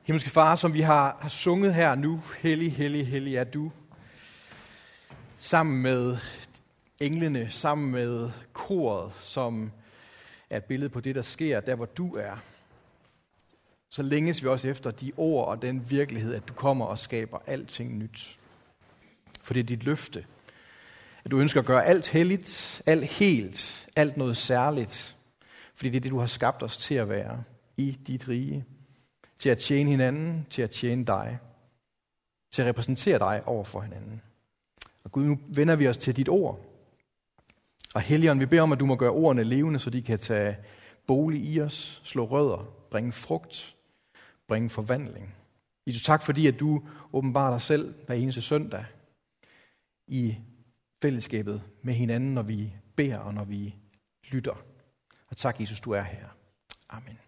Himmelske Far, som vi har sunget her nu, hellig, hellig, hellig er du, sammen med englene, sammen med koret, som er et billede på det, der sker, der hvor du er. Så længes vi også efter de ord og den virkelighed, at du kommer og skaber alting nyt. For det er dit løfte, at du ønsker at gøre alt helligt, alt helt, alt noget særligt. Fordi det er det, du har skabt os til at være i dit rige. Til at tjene hinanden, til at tjene dig. Til at repræsentere dig over for hinanden. Og Gud, nu vender vi os til dit ord. Og Helligånd, vi beder om, at du må gøre ordene levende, så de kan tage bolig i os, slå rødder, bringe frugt, bringe forvandling. Jesus, tak fordi, at du åbenbarer dig selv hver eneste søndag i fællesskabet med hinanden, når vi beder og når vi lytter. Og tak, Jesus, du er her. Amen.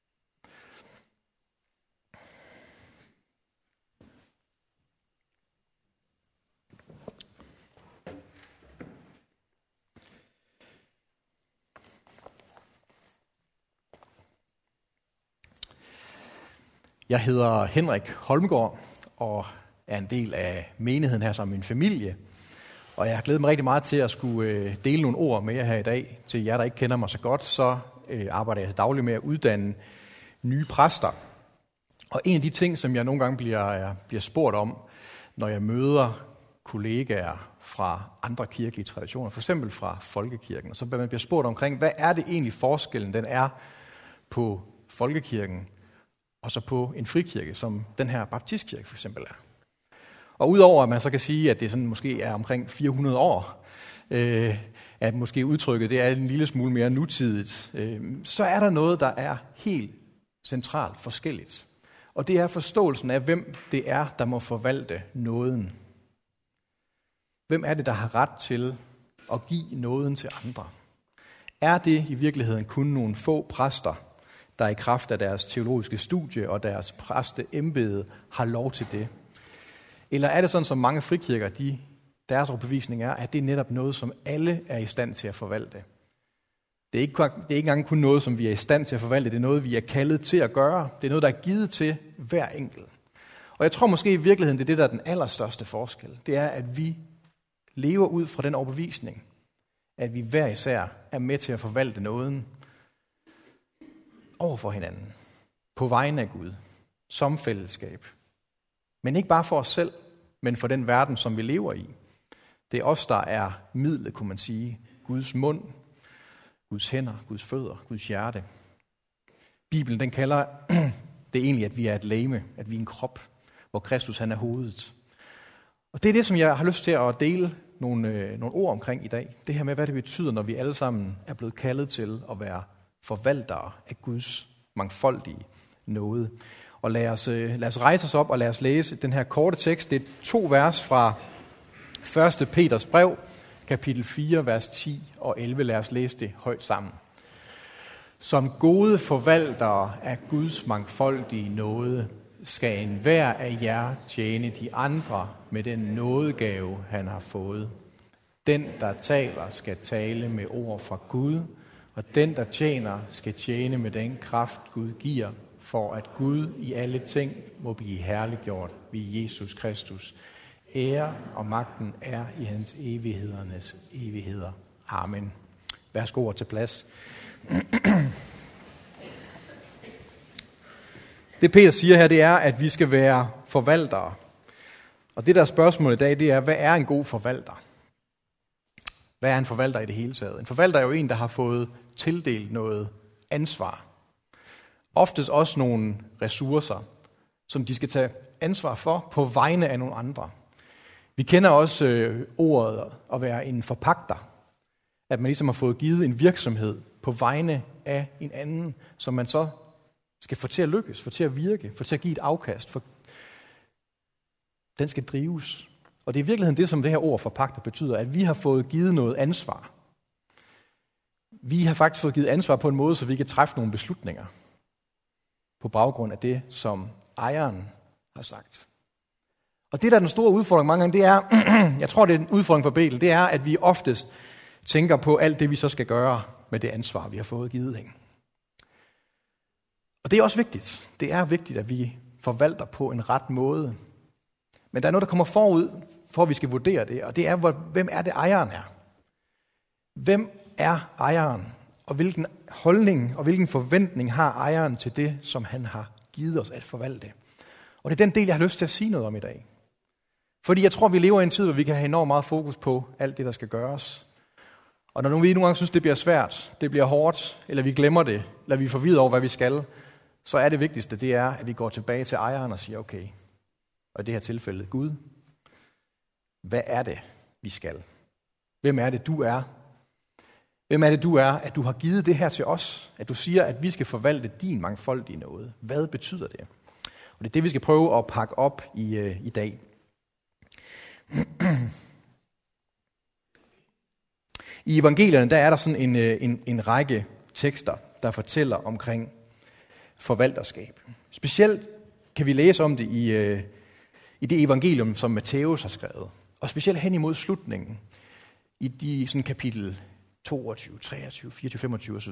Jeg hedder Henrik Holmgaard og er en del af menigheden her som min familie. Og jeg har glædet mig rigtig meget til at skulle dele nogle ord med jer her i dag. Til jer, der ikke kender mig så godt, så arbejder jeg dagligt med at uddanne nye præster. Og en af de ting, som jeg nogle gange bliver spurgt om, når jeg møder kollegaer fra andre kirkelige traditioner, for eksempel fra folkekirken, så man bliver spurgt omkring, hvad er det egentlig forskellen, den er på folkekirken, og så på en frikirke, som den her baptistkirke for eksempel er. Og udover at man så kan sige, at det sådan måske er omkring 400 år, at måske udtrykket det er en lille smule mere nutidigt, så er der noget, der er helt centralt forskelligt. Og det er forståelsen af, hvem det er, der må forvalte nåden. Hvem er det, der har ret til at give nåden til andre? Er det i virkeligheden kun nogle få præster, der i kraft af deres teologiske studie og deres præsteembede har lov til det? Eller er det sådan, som mange frikirker, deres overbevisning er, at det er netop noget, som alle er i stand til at forvalte? Det er ikke engang kun noget, som vi er i stand til at forvalte, det er noget, vi er kaldet til at gøre. Det er noget, der er givet til hver enkelt. Og jeg tror måske i virkeligheden, det er det, der er den allerstørste forskel. Det er, at vi lever ud fra den overbevisning, at vi hver især er med til at forvalte nåden over for hinanden, på vegne af Gud, som fællesskab. Men ikke bare for os selv, men for den verden, som vi lever i. Det er os, der er midlet, kunne man sige. Guds mund, Guds hænder, Guds fødder, Guds hjerte. Bibelen, den kalder det egentlig, at vi er et legeme, at vi er en krop, hvor Kristus han er hovedet. Og det er det, som jeg har lyst til at dele nogle ord omkring i dag. Det her med, hvad det betyder, når vi alle sammen er blevet kaldet til at være forvaltere af Guds mangfoldige nåde. Og lad os rejse os op og lad os læse den her korte tekst. Det er 2 vers fra 1. Peters brev, kapitel 4, vers 10 og 11. Lad os læse det højt sammen. Som gode forvaltere af Guds mangfoldige nåde, skal enhver af jer tjene de andre med den nådegave, han har fået. Den, der taler, skal tale med ord fra Gud, og den, der tjener, skal tjene med den kraft, Gud giver, for at Gud i alle ting må blive herliggjort ved Jesus Kristus. Ære og magten er i hans evighedernes evigheder. Amen. Værsgo og til plads. Det Peter siger her, det er, at vi skal være forvaltere. Og det der spørgsmål i dag, det er, hvad er en god forvalter? Hvad er en forvalter i det hele taget? En forvalter er jo en, der har fået tildelt noget ansvar. Oftest også nogle ressourcer, som de skal tage ansvar for på vegne af nogle andre. Vi kender også ordet at være en forpagter. At man ligesom har fået givet en virksomhed på vegne af en anden, som man så skal få til at lykkes, få til at virke, få til at give et afkast. For den skal drives. Og det er i virkeligheden det, som det her ord forpagter betyder, at vi har fået givet noget ansvar. Vi har faktisk fået givet ansvar på en måde, så vi kan træffe nogle beslutninger på baggrund af det, som ejeren har sagt. Og det, der er den store udfordring mange gange, det er, jeg tror, det er en udfordring for Betel, det er, at vi oftest tænker på alt det, vi så skal gøre med det ansvar, vi har fået givet. Og det er også vigtigt. Det er vigtigt, at vi forvalter på en ret måde. Men der er noget, der kommer forud, for at vi skal vurdere det, og det er, hvem er det ejeren er? Hvem er ejeren? Og hvilken holdning og hvilken forventning har ejeren til det, som han har givet os at forvalte? Og det er den del, jeg har lyst til at sige noget om i dag. Fordi jeg tror, vi lever i en tid, hvor vi kan have enormt meget fokus på alt det, der skal gøres. Og når vi nogle gange synes, det bliver svært, det bliver hårdt, eller vi glemmer det, eller vi er forvirret over, hvad vi skal, så er det vigtigste, det er, at vi går tilbage til ejeren og siger, okay, og i det her tilfælde, Gud, hvad er det, vi skal? Hvem er det, du er? Hvem er det, du er, at du har givet det her til os? At du siger, at vi skal forvalte din mangfoldige nåde. Hvad betyder det? Og det er det, vi skal prøve at pakke op i dag. I evangelierne, der er der sådan en række tekster, der fortæller omkring forvalterskab. Specielt kan vi læse om det i det evangelium, som Matthæus har skrevet. Og specielt hen imod slutningen, i de sådan kapitel 22, 23, 24, 25 osv.,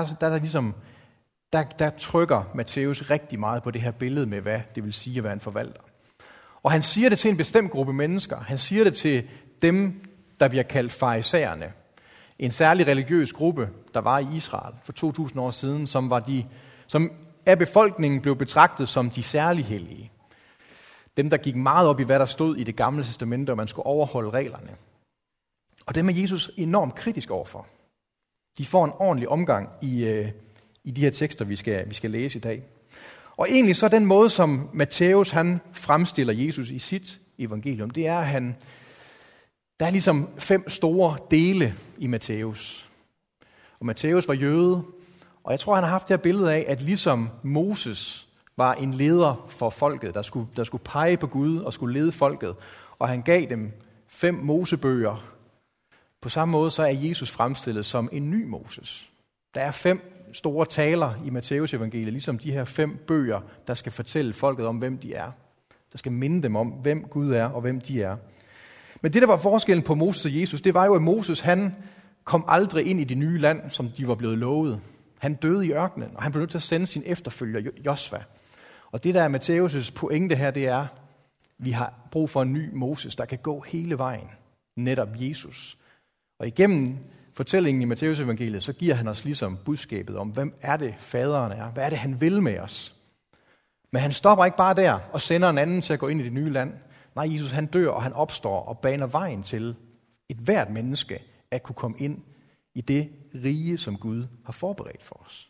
der trykker Matthæus rigtig meget på det her billede med, hvad det vil sige at være en forvalter. Og han siger det til en bestemt gruppe mennesker. Han siger det til dem, der bliver kaldt farisæerne. En særlig religiøs gruppe, der var i Israel for 2000 år siden, som af befolkningen blev betragtet som de særlig hellige. Dem, der gik meget op i, hvad der stod i det gamle testamente, og man skulle overholde reglerne. Og dem er Jesus enormt kritisk overfor. De får en ordentlig omgang i de her tekster, vi skal læse i dag. Og egentlig så den måde, som Matthæus han fremstiller Jesus i sit evangelium, det er, at der er ligesom 5 store dele i Matthæus. Og Matthæus var jøde, og jeg tror, han har haft det her billede af, at ligesom Moses var en leder for folket, der skulle pege på Gud og skulle lede folket, og han gav dem 5 Mosebøger. På samme måde så er Jesus fremstillet som en ny Moses. Der er 5 store taler i Matthæus evangeliet, ligesom de her 5 bøger, der skal fortælle folket om, hvem de er. Der skal minde dem om, hvem Gud er og hvem de er. Men det, der var forskellen på Moses og Jesus, det var jo, at Moses, han kom aldrig ind i det nye land, som de var blevet lovet. Han døde i ørkenen, og han blev nødt til at sende sin efterfølger, Josva. Og det, der er Matthæus' pointe her, det er, at vi har brug for en ny Moses, der kan gå hele vejen. Netop Jesus. Og igennem fortællingen i Matthæus evangeliet, så giver han os ligesom budskabet om, hvem er det, faderen er? Hvad er det, han vil med os? Men han stopper ikke bare der og sender en anden til at gå ind i det nye land. Nej, Jesus han dør, og han opstår og baner vejen til et hvert menneske at kunne komme ind i det rige, som Gud har forberedt for os.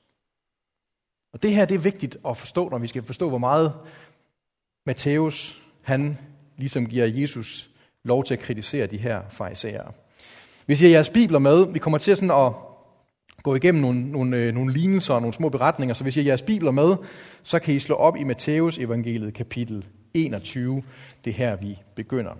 Og det her, det er vigtigt at forstå, når vi skal forstå, hvor meget Matthæus, han ligesom giver Jesus lov til at kritisere de her farisæere. Hvis I har jeres bibler med, vi kommer til sådan at gå igennem nogle lignelser og nogle små beretninger, så hvis I har jeres bibler med, så kan I slå op i Matthæus evangeliet kapitel 21. Det er her, vi begynder.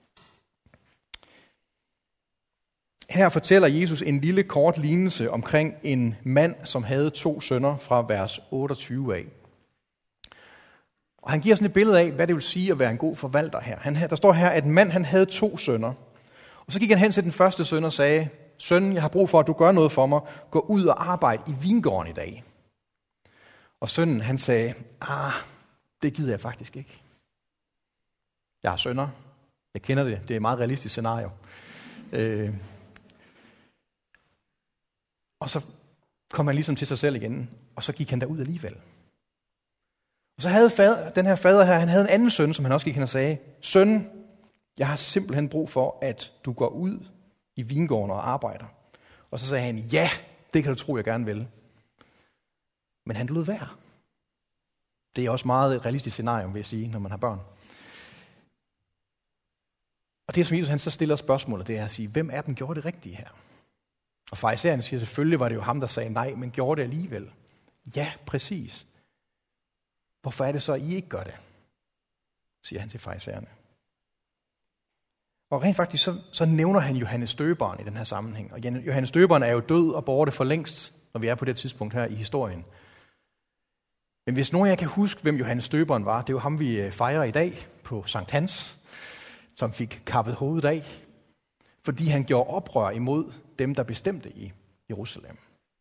Her fortæller Jesus en lille kort lignelse omkring en mand, som havde 2 sønner fra vers 28 af. Og han giver sådan et billede af, hvad det vil sige at være en god forvalter her. Der står her, at en mand han havde 2 sønner. Og så gik han hen til den første søn og sagde, søn, jeg har brug for, at du gør noget for mig. Gå ud og arbejde i vingården i dag. Og sønnen han sagde, det gider jeg faktisk ikke. Jeg har sønner. Jeg kender det. Det er et meget realistisk scenario. Og så kom han ligesom til sig selv igen, og så gik han derud alligevel. Og så havde den her fader her, han havde en anden søn, som han også gik hen og sagde, søn, jeg har simpelthen brug for, at du går ud i vingården og arbejder. Og så sagde han, ja, det kan du tro, jeg gerne vil. Men han lod være. Det er også meget et realistisk scenario, vil jeg sige, når man har børn. Og det, som Jesus han så stiller spørgsmålet, det er at sige, hvem af dem gjorde det rigtige her? Og farisæerne siger, selvfølgelig var det jo ham, der sagde nej, men gjorde det alligevel. Ja, præcis. Hvorfor er det så, at I ikke gør det? Siger han til farisæerne. Og rent faktisk, så nævner han Johannes Døberen i den her sammenhæng. Og Johannes Døberen er jo død og borte for længst, når vi er på det tidspunkt her i historien. Men hvis nogen af jer kan huske, hvem Johannes Døberen var, det er jo ham, vi fejrer i dag på Sankt Hans, som fik kappet hovedet af, fordi han gjorde oprør imod dem, der bestemte i Jerusalem.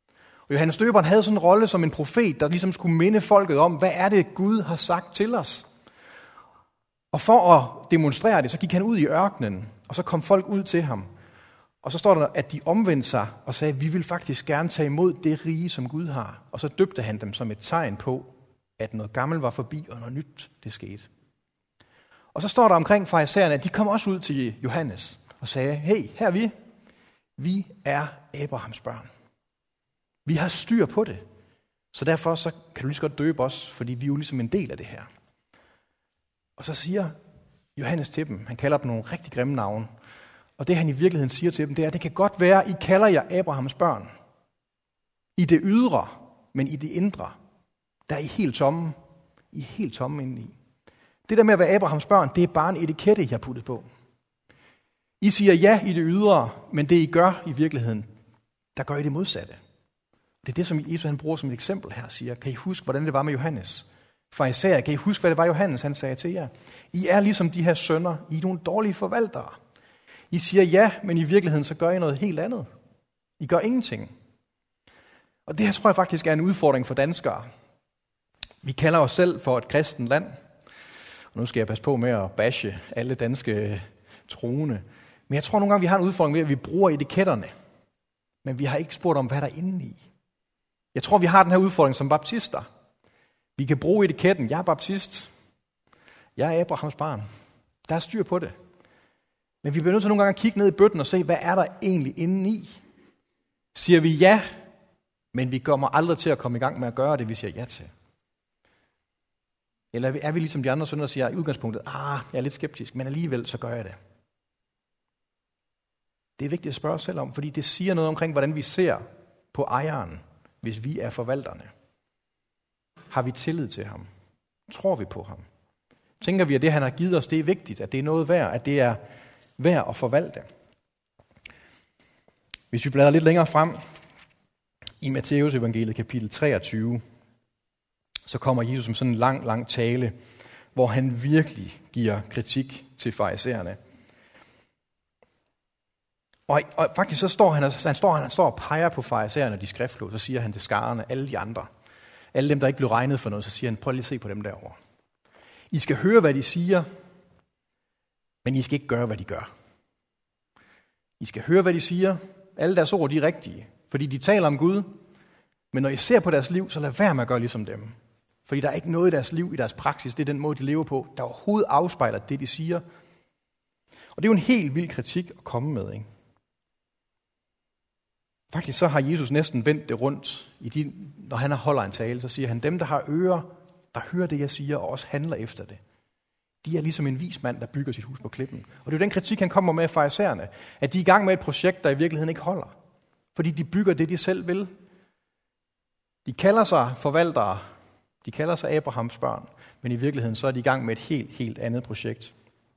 Og Johannes Døberen havde sådan en rolle som en profet, der ligesom skulle minde folket om, hvad er det Gud har sagt til os. Og for at demonstrere det, så gik han ud i ørkenen, og så kom folk ud til ham. Og så står der, at de omvendte sig og sagde, vi vil faktisk gerne tage imod det rige, som Gud har. Og så døbte han dem som et tegn på, at noget gammelt var forbi, og noget nyt det skete. Og så står der omkring farisæerne, at de kom også ud til Johannes og sagde, hey, her er vi. Vi er Abrahams børn. Vi har styr på det. Så derfor så kan du lige så godt døbe os, fordi vi er jo ligesom en del af det her. Og så siger Johannes til dem, han kalder dem nogle rigtig grimme navne. Og det han i virkeligheden siger til dem, det er, at det kan godt være, I kalder jer Abrahams børn. I det ydre, men i det indre, der er I helt tomme. I er helt tomme indeni. Det der med at være Abrahams børn, det er bare en etikette, I har puttet på. I siger ja i det ydre, men det I gør i virkeligheden, der gør I det modsatte. Det er det, som Jesus han bruger som et eksempel her, siger. Kan I huske, hvordan det var med Johannes? Farisæer, kan I huske, hvad det var Johannes, han sagde til jer? I er ligesom de her sønner. I er nogle dårlige forvaltere. I siger ja, men i virkeligheden så gør I noget helt andet. I gør ingenting. Og det her tror jeg faktisk er en udfordring for danskere. Vi kalder os selv for et kristent land. Og nu skal jeg passe på med at bashe alle danske troende. Men jeg tror nogle gange, vi har en udfordring med, at vi bruger etiketterne. Men vi har ikke spurgt om, hvad der er inde i. Jeg tror, vi har den her udfordring som baptister. Vi kan bruge etiketten. Jeg er baptist. Jeg er Abrahams barn. Der er styr på det. Men vi bliver nødt til nogle gange at kigge ned i bøtten og se, hvad er der egentlig inde i? Siger vi ja, men vi kommer aldrig til at komme i gang med at gøre det, vi siger ja til? Eller er vi ligesom de andre sønner, der siger i udgangspunktet, jeg er lidt skeptisk, men alligevel så gør jeg det. Det er vigtigt at spørge os selv om, fordi det siger noget omkring, hvordan vi ser på ejeren, hvis vi er forvalterne. Har vi tillid til ham? Tror vi på ham? Tænker vi, at det, han har givet os, det er vigtigt, at det er noget værd, at det er værd at forvalte? Hvis vi bladrer lidt længere frem i Matthæus evangeliet kapitel 23, så kommer Jesus med sådan en lang tale, hvor han virkelig giver kritik til farisæerne. Og faktisk så står han og peger på farisæerne, de skriftlås, så siger han til skarerne, alle de andre, alle dem, der ikke blev regnet for noget, så siger han, prøv lige at se på dem derovre. I skal høre, hvad de siger, men I skal ikke gøre, hvad de gør. I skal høre, hvad de siger. Alle deres ord, de er rigtige, fordi de taler om Gud. Men når I ser på deres liv, så lad være med at gøre ligesom dem. Fordi der er ikke noget i deres liv, i deres praksis, det er den måde, de lever på, der overhovedet afspejler det, de siger. Og det er jo en helt vild kritik at komme med, ikke? Faktisk så har Jesus næsten vendt det rundt, når han holder en tale, så siger han, dem der har ører, der hører det, jeg siger, og også handler efter det. De er ligesom en vis mand, der bygger sit hus på klippen. Og det er jo den kritik, han kommer med af farisæerne, at de er i gang med et projekt, der i virkeligheden ikke holder. Fordi de bygger det, de selv vil. De kalder sig forvaltere, de kalder sig Abrahams børn, men i virkeligheden så er de i gang med et helt andet projekt.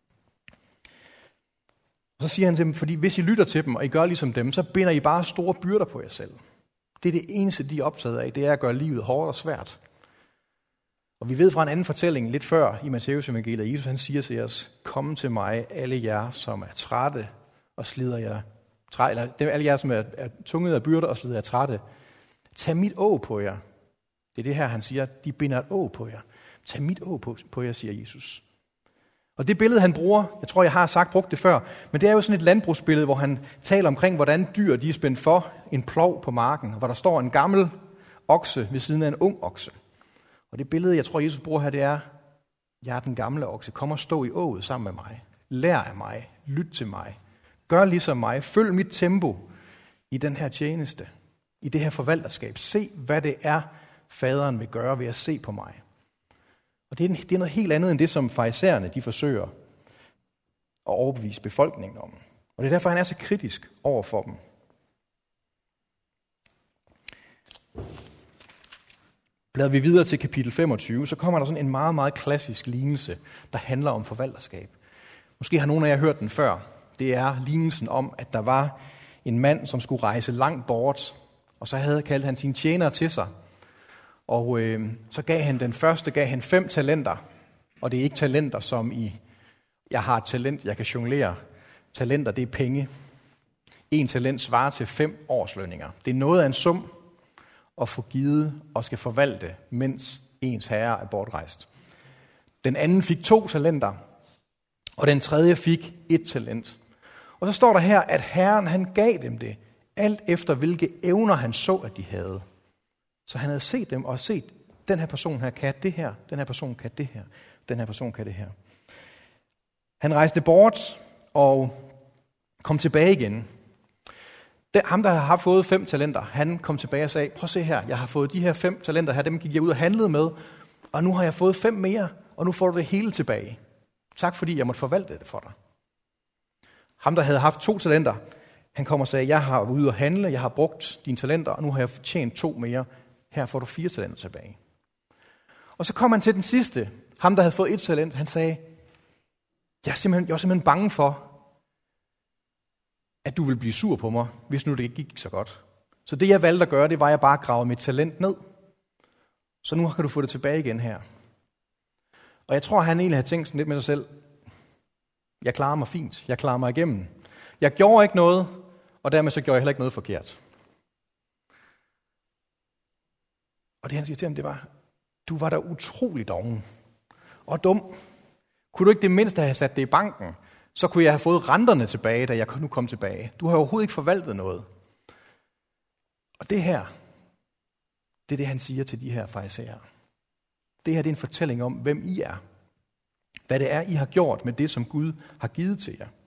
Og så siger han til dem, fordi hvis I lytter til dem, og I gør ligesom dem, så binder I bare store byrder på jer selv. Det er det eneste, de er optaget af, det er at gøre livet hårdt og svært. Og vi ved fra en anden fortælling lidt før i Matthæus evangeliet, at Jesus han siger til os, kom til mig, alle jer, som er trætte og slider jer, eller alle jer, som er tunget af byrder og slider jer trætte. Tag mit åg på jer. Det er det her, han siger, de binder et åg på jer. Tag mit åg på jer, siger Jesus. Og det billede, han bruger, jeg tror, jeg har brugt det før, men det er jo sådan et landbrugsbillede, hvor han taler omkring, hvordan dyr de er spændt for en plov på marken, hvor der står en gammel okse ved siden af en ung okse. Og det billede, jeg tror, Jesus bruger her, det er, jeg er den gamle okse, kom og stå i åget sammen med mig. Lær af mig, lyt til mig, gør ligesom mig, følg mit tempo i den her tjeneste, i det her forvalterskab. Se, hvad det er, faderen vil gøre ved at se på mig. Og det er noget helt andet end det, som farisæerne de forsøger at overbevise befolkningen om. Og det er derfor, han er så kritisk over for dem. Bladrer vi videre til kapitel 25, så kommer der sådan en meget, meget klassisk lignelse, der handler om forvalterskab. Måske har nogle af jer hørt den før. Det er lignelsen om, at der var en mand, som skulle rejse langt bort, og så kaldt han sine tjenere til sig. Og så gav han den første 5 talenter. Og det er ikke talenter som i, jeg har et talent, jeg kan jonglere. Talenter, det er penge. 1 talent svarer til 5 årslønninger. Det er noget af en sum. at få givet og skal forvalte, mens ens herre er bortrejst. Den anden fik 2 talenter, og den tredje fik 1 talent. Og så står der her, at Herren han gav dem det, alt efter hvilke evner han så, at de havde. Så han havde set dem og set, den her person her kan det her, den her person kan det her, den her person kan det her. Han rejste bort og kom tilbage igen. Ham, der har fået 5 talenter, han kom tilbage og sagde, prøv at se her, jeg har fået de her 5 talenter her, dem gik jeg ud og handlede med, og nu har jeg fået 5 mere, og nu får du det hele tilbage. Tak fordi jeg måtte forvalte det for dig. Ham, der havde haft 2 talenter, han kom og sagde, jeg har været ude og handle, jeg har brugt dine talenter, og nu har jeg tjent 2 mere. Her får du 4 talenter tilbage. Og så kom han til den sidste, ham, der havde fået 1 talent, han sagde, jeg er simpelthen bange for, at du vil blive sur på mig, hvis nu det ikke gik så godt. Så det, jeg valgte at gøre, det var, at jeg bare gravede mit talent ned. Så nu kan du få det tilbage igen her. Og jeg tror, han egentlig har tænkt sådan lidt med sig selv, jeg klarer mig fint, jeg klarer mig igennem. Jeg gjorde ikke noget, og dermed så gjorde jeg heller ikke noget forkert. Og det han siger til ham, det var, du var da utrolig doven og dum. Kunne du ikke det mindste have sat det i banken, så kunne jeg have fået renterne tilbage, da jeg nu kom tilbage. Du har overhovedet ikke forvaltet noget. Og det her, det er det, han siger til de her farisæere. Det her det er en fortælling om, hvem I er. Hvad det er, I har gjort med det, som Gud har givet til jer.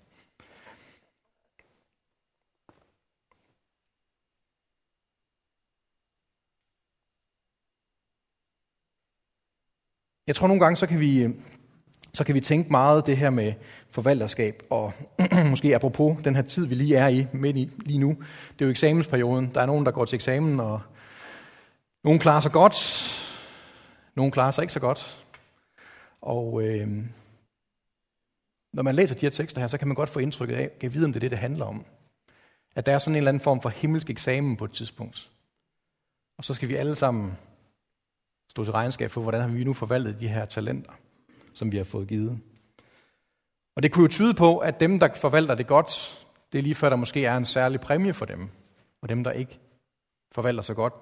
Jeg tror nogle gange, så kan vi tænke meget det her med forvalterskab, og måske apropos den her tid, vi lige er i, midt i lige nu. Det er jo eksamensperioden. Der er nogen, der går til eksamen, og nogen klarer sig godt, nogen klarer sig ikke så godt. Og når man læser de her tekster her, så kan man godt få indtrykket af, at vide, om det er det handler om. At der er sådan en eller anden form for himmelsk eksamen på et tidspunkt. Og så skal vi alle sammen stå til regnskab for, hvordan har vi nu forvaltet de her talenter, som vi har fået givet. Og det kunne jo tyde på, at dem, der forvalter det godt, det er lige før, der måske er en særlig præmie for dem. Og dem, der ikke forvalter så godt,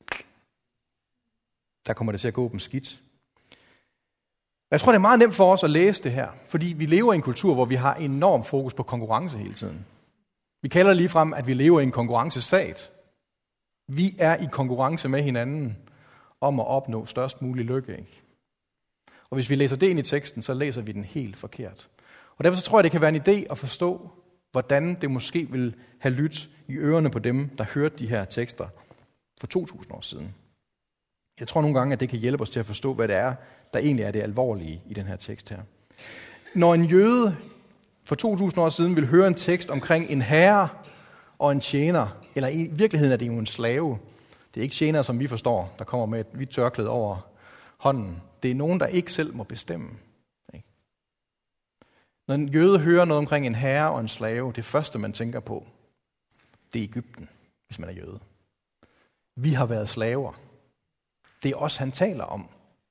der kommer det til at gå dem skidt. Jeg tror, det er meget nemt for os at læse det her, fordi vi lever i en kultur, hvor vi har enorm fokus på konkurrence hele tiden. Vi kalder lige frem, at vi lever i en konkurrencestat. Vi er i konkurrence med hinanden om at opnå størst mulig lykke. Ikke? Og hvis vi læser det ind i teksten, så læser vi den helt forkert. Og derfor så tror jeg, det kan være en idé at forstå, hvordan det måske vil have lyttet i ørerne på dem, der hørte de her tekster for 2000 år siden. Jeg tror nogle gange, at det kan hjælpe os til at forstå, hvad det er, der egentlig er det alvorlige i den her tekst her. Når en jøde for 2000 år siden vil høre en tekst omkring en herre og en tjener, eller i virkeligheden er det jo en slave. Det er ikke tjener, som vi forstår, der kommer med et hvidt tørklæde over hånden. Det er nogen, der ikke selv må bestemme. Når en jøde hører noget omkring en herre og en slave, det første, man tænker på, det er Egypten, hvis man er jøde. Vi har været slaver. Det er os, han taler om.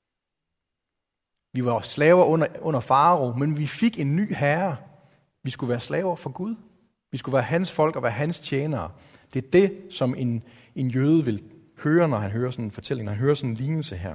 Vi var slaver under farao, men vi fik en ny herre. Vi skulle være slaver for Gud. Vi skulle være hans folk og være hans tjenere. Det er det, som en jøde vil høre, når han hører sådan en fortælling, når han hører sådan en lignelse her.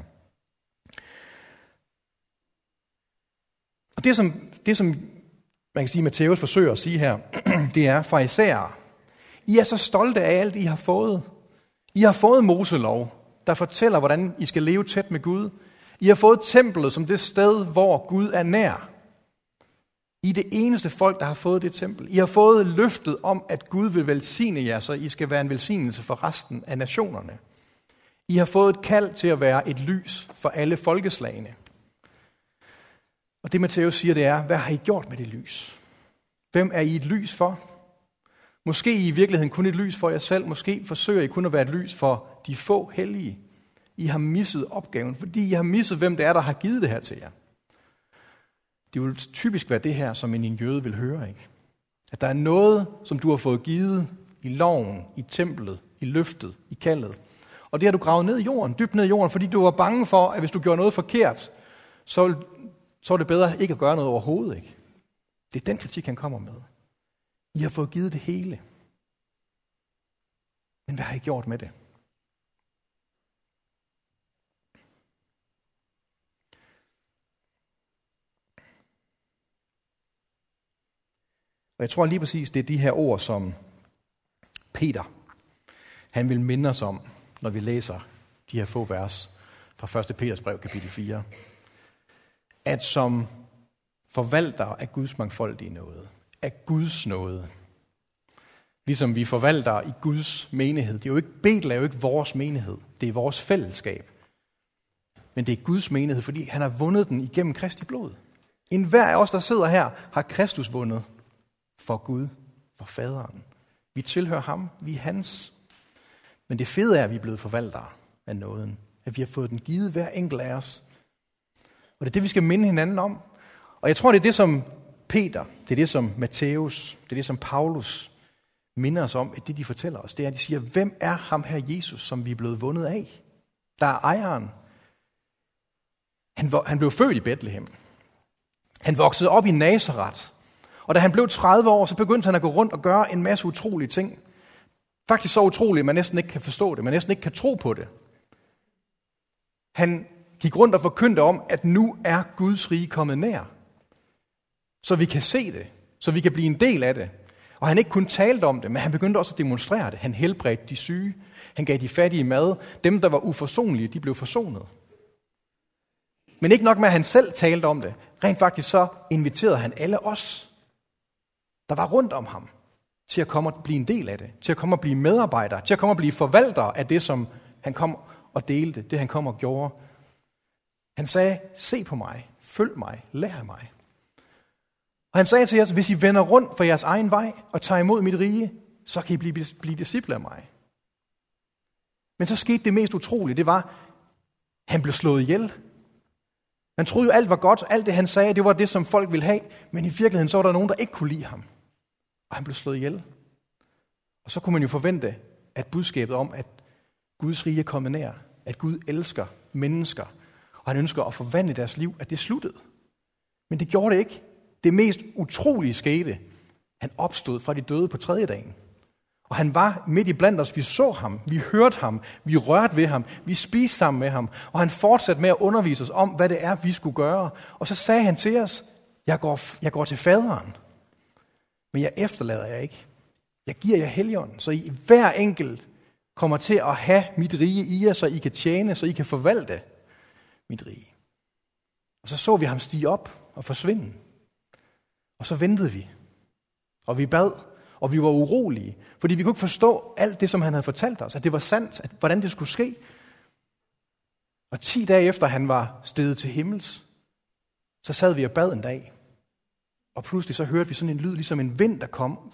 Og det, som man kan sige, Matthæus forsøger at sige her, det er farisæere. I er så stolte af alt, I har fået. I har fået Moselov, der fortæller, hvordan I skal leve tæt med Gud. I har fået templet som det sted, hvor Gud er nær. I er det eneste folk, der har fået det tempel. I har fået løftet om, at Gud vil velsigne jer, så I skal være en velsignelse for resten af nationerne. I har fået et kald til at være et lys for alle folkeslagene. Og det Matthæus siger, det er, hvad har I gjort med det lys? Hvem er I et lys for? Måske er I i virkeligheden kun et lys for jer selv. Måske forsøger I kun at være et lys for de få hellige. I har misset opgaven, fordi I har misset, hvem det er, der har givet det her til jer. Det vil typisk være det her, som en jøde vil høre. Ikke? At der er noget, som du har fået givet i loven, i templet, i løftet, i kaldet. Og det har du gravet ned i jorden, dybt ned i jorden, fordi du var bange for, at hvis du gjorde noget forkert, så er det bedre ikke at gøre noget overhovedet. Ikke? Det er den kritik, han kommer med. I har fået givet det hele. Men hvad har I gjort med det? jeg tror lige præcis, det er de her ord, som Peter, han vil minde os om, når vi læser de her få vers fra 1. Peters brev, kapitel 4. At som forvalter af Guds mangfoldige nåde, af Guds nåde, ligesom vi forvalter i Guds menighed. Det er jo ikke, Betel er jo ikke vores menighed, det er vores fællesskab. Men det er Guds menighed, fordi han har vundet den igennem Kristi blod. En hver af os, der sidder her, har Kristus vundet for Gud, for faderen. Vi tilhører ham, vi er hans. Men det fede er, at vi er blevet forvaltere af nåden. At vi har fået den givet hver enkelt af os. Og det er det, vi skal minde hinanden om. Og jeg tror, det er det, som Peter, det er det, som Matthæus, det er det, som Paulus minder os om, at det, de fortæller os, det er, at de siger, hvem er ham her Jesus, som vi er blevet vundet af? Der er ejeren. Han blev født i Bethlehem. Han voksede op i Nazaret. Og da han blev 30 år, så begyndte han at gå rundt og gøre en masse utrolige ting. Faktisk så utroligt, at man næsten ikke kan forstå det. Man næsten ikke kan tro på det. Han gik rundt og forkyndte om, at nu er Guds rige kommet nær. Så vi kan se det. Så vi kan blive en del af det. Og han ikke kun talte om det, men han begyndte også at demonstrere det. Han helbredte de syge. Han gav de fattige mad. Dem, der var uforsonlige, de blev forsonet. Men ikke nok med, at han selv talte om det. Rent faktisk så inviterede han alle os, der var rundt om ham, til at komme og blive en del af det. Til at komme og blive medarbejdere. Til at komme og blive forvaltere af det, som han kom og delte. Det han kom og gjorde. Han sagde, se på mig, følg mig, lær af mig. Og han sagde til os, hvis I vender rundt for jeres egen vej og tager imod mit rige, så kan I blive disciple af mig. Men så skete det mest utrolige, det var, han blev slået ihjel. Man troede jo, alt var godt, alt det han sagde, det var det, som folk ville have, men i virkeligheden så var der nogen, der ikke kunne lide ham. Og han blev slået ihjel. Og så kunne man jo forvente, at budskabet om, at Guds rige er kommet nær, at Gud elsker mennesker, og han ønsker at forvandle deres liv, at det sluttede. Men det gjorde det ikke. Det mest utrolige skete. Han opstod fra de døde på 3. dagen. Og han var midt i blandt os. Vi så ham, vi hørte ham, vi rørte ved ham, vi spiste sammen med ham. Og han fortsatte med at undervise os om, hvad det er, vi skulle gøre. Og så sagde han til os, jeg går til faderen, men jeg efterlader jer ikke. Jeg giver jer Helligånden, så I hver enkelt kommer til at have mit rige i jer, så I kan tjene, så I kan forvalte mit rige. Og så vi ham stige op og forsvinde. Og så ventede vi. Og vi bad. Og vi var urolige. Fordi vi kunne ikke forstå alt det, som han havde fortalt os. At det var sandt. Hvordan det skulle ske. Og 10 dage efter han var steget til himmels, så sad vi og bad en dag. Og pludselig så hørte vi sådan en lyd, ligesom en vind, der kom.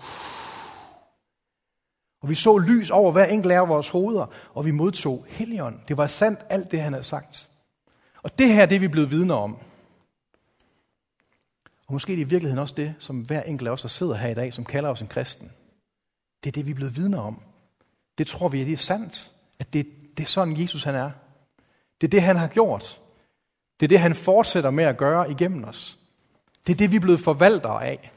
Og vi så lys over hver enkelt af vores hoveder. Og vi modtog Helligånden. Det var sandt alt det, han havde sagt. Og det her, det er vi blevet vidner om. Og måske er det i virkeligheden også det, som hver enkelt af os, der sidder her i dag, som kalder os en kristen. Det er det, vi er blevet vidner om. Det tror vi, at det er sandt. At det er sådan, Jesus han er. Det er det, han har gjort. Det er det, han fortsætter med at gøre igennem os. Det er det, vi er blevet forvaltere af.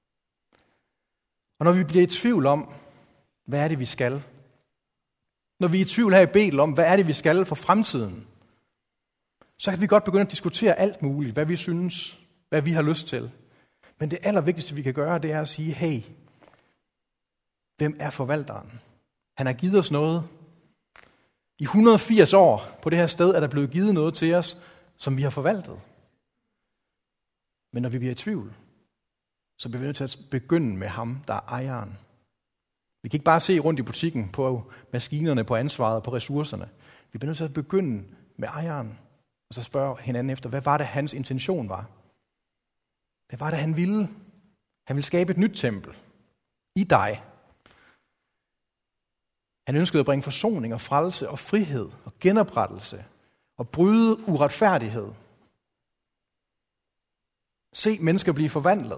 Og når vi bliver i tvivl om, hvad er det, vi skal? Når vi er i tvivl her i Betel om, hvad er det, vi skal for fremtiden? Så kan vi godt begynde at diskutere alt muligt, hvad vi synes, hvad vi har lyst til. Men det allervigtigste, vi kan gøre, det er at sige, hey, hvem er forvalteren? Han har givet os noget. I 180 år på det her sted er der blevet givet noget til os, som vi har forvaltet. Men når vi bliver i tvivl, så bliver vi nødt til at begynde med ham, der er ejeren. Vi kan ikke bare se rundt i butikken på maskinerne, på ansvaret og på ressourcerne. Vi bliver nødt til at begynde med ejeren, og så spørge hinanden efter, hvad var det, hans intention var? Hvad var det, han ville? Han ville skabe et nyt tempel i dig. Han ønskede at bringe forsoning og frelse og frihed og genoprettelse og bryde uretfærdighed. Se mennesker blive forvandlet.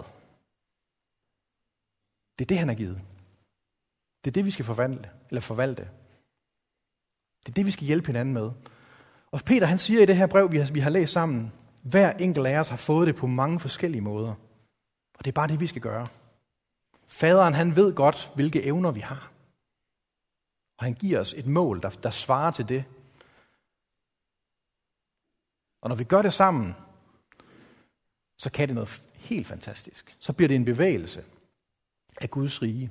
Det er det, han har givet. Det er det, vi skal forvalte. Det er det, vi skal hjælpe hinanden med. Og Peter, han siger i det her brev, vi har læst sammen, hver enkelt af os har fået det på mange forskellige måder. Og det er bare det, vi skal gøre. Faderen, han ved godt, hvilke evner vi har. Og han giver os et mål, der svarer til det. Og når vi gør det sammen, så kan det noget helt fantastisk. Så bliver det en bevægelse. af Guds rige.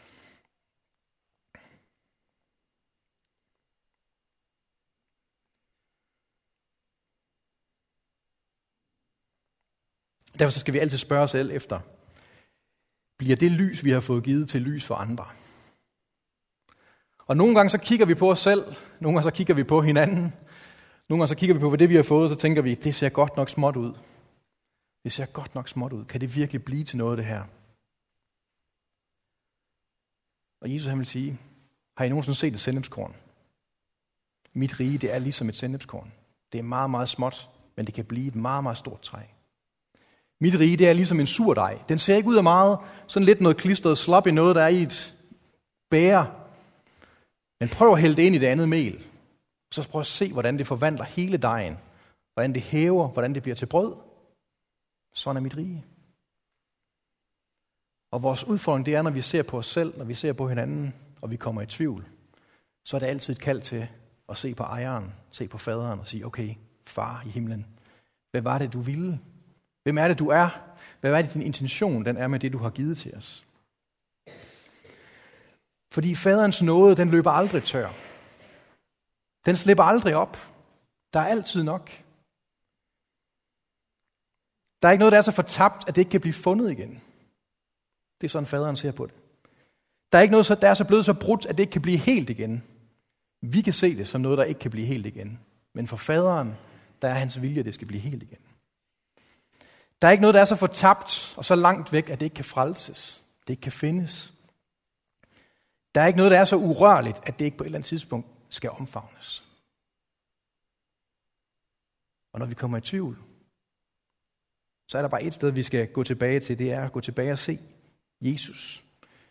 Derfor så skal vi altid spørge os selv efter, bliver det lys, vi har fået givet, til lys for andre? Og nogle gange så kigger vi på os selv, nogle gange så kigger vi på hinanden, nogle gange så kigger vi på det, vi har fået, og så tænker vi, det ser godt nok småt ud. Det ser godt nok småt ud. Kan det virkelig blive til noget, det her? Og Jesus han vil sige, har I nogensinde set et sennepskorn? Mit rige, det er ligesom et sennepskorn. Det er meget, meget småt, men det kan blive et meget, meget stort træ. Mit rige, det er ligesom en surdej. Den ser ikke ud af meget, sådan lidt noget klistret slop i noget, der er i et bære. Men prøv at hælde det ind i det andet mel. Så prøv at se, hvordan det forvandler hele dejen. Hvordan det hæver, hvordan det bliver til brød. Sådan er mit rige. Og vores udfordring, det er, når vi ser på os selv, når vi ser på hinanden, og vi kommer i tvivl, så er det altid et kald til at se på ejeren, se på faderen og sige, okay, far i himlen, hvad var det, du ville? Hvem er det, du er? Hvad er det, din intention den er med det, du har givet til os? Fordi faderens nåde, den løber aldrig tør. Den slipper aldrig op. Der er altid nok. Der er ikke noget, der er så fortabt, at det ikke kan blive fundet igen. Det er sådan, faderen ser på det. Der er ikke noget, der er så blevet så brudt, at det ikke kan blive helt igen. Vi kan se det som noget, der ikke kan blive helt igen. Men for faderen, der er hans vilje, at det skal blive helt igen. Der er ikke noget, der er så fortabt og så langt væk, at det ikke kan frelses. Det ikke kan findes. Der er ikke noget, der er så urørligt, at det ikke på et eller andet tidspunkt skal omfavnes. Og når vi kommer i tvivl, så er der bare et sted, vi skal gå tilbage til. Det er at gå tilbage og se Jesus.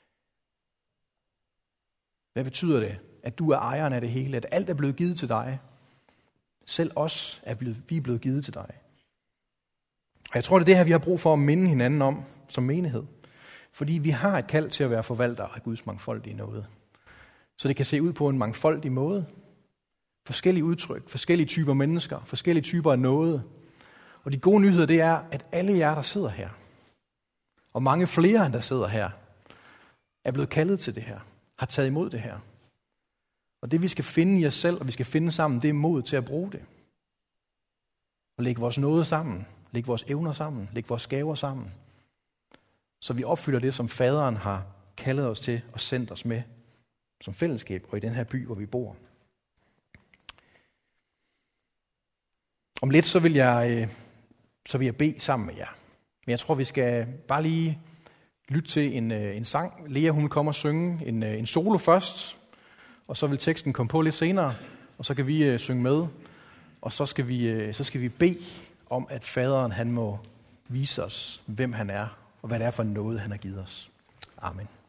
Hvad betyder det? At du er ejeren af det hele. At alt er blevet givet til dig. Selv os vi er blevet givet til dig. Og jeg tror, det er det her, vi har brug for at minde hinanden om som menighed. Fordi vi har et kald til at være forvalter af Guds mangfoldige nåde. Så det kan se ud på en mangfoldig måde. Forskellige udtryk, forskellige typer mennesker, forskellige typer af nåde. Og de gode nyheder, det er, at alle jer, der sidder her, og mange flere, end der sidder her, er blevet kaldet til det her, har taget imod det her. Og det, vi skal finde i os selv, og vi skal finde sammen, det er mod til at bruge det. Og lægge vores nåde sammen, lægge vores evner sammen, lægge vores gaver sammen. Så vi opfylder det, som faderen har kaldet os til og sendt os med som fællesskab og i den her by, hvor vi bor. Om lidt, så vil jeg bede sammen med jer. Men jeg tror, vi skal bare lige lytte til en sang. Lea, hun vil komme og synge en solo først, og så vil teksten komme på lidt senere, og så kan vi synge med. Og så skal vi bede om, at faderen han må vise os, hvem han er, og hvad det er for noget, han har givet os. Amen.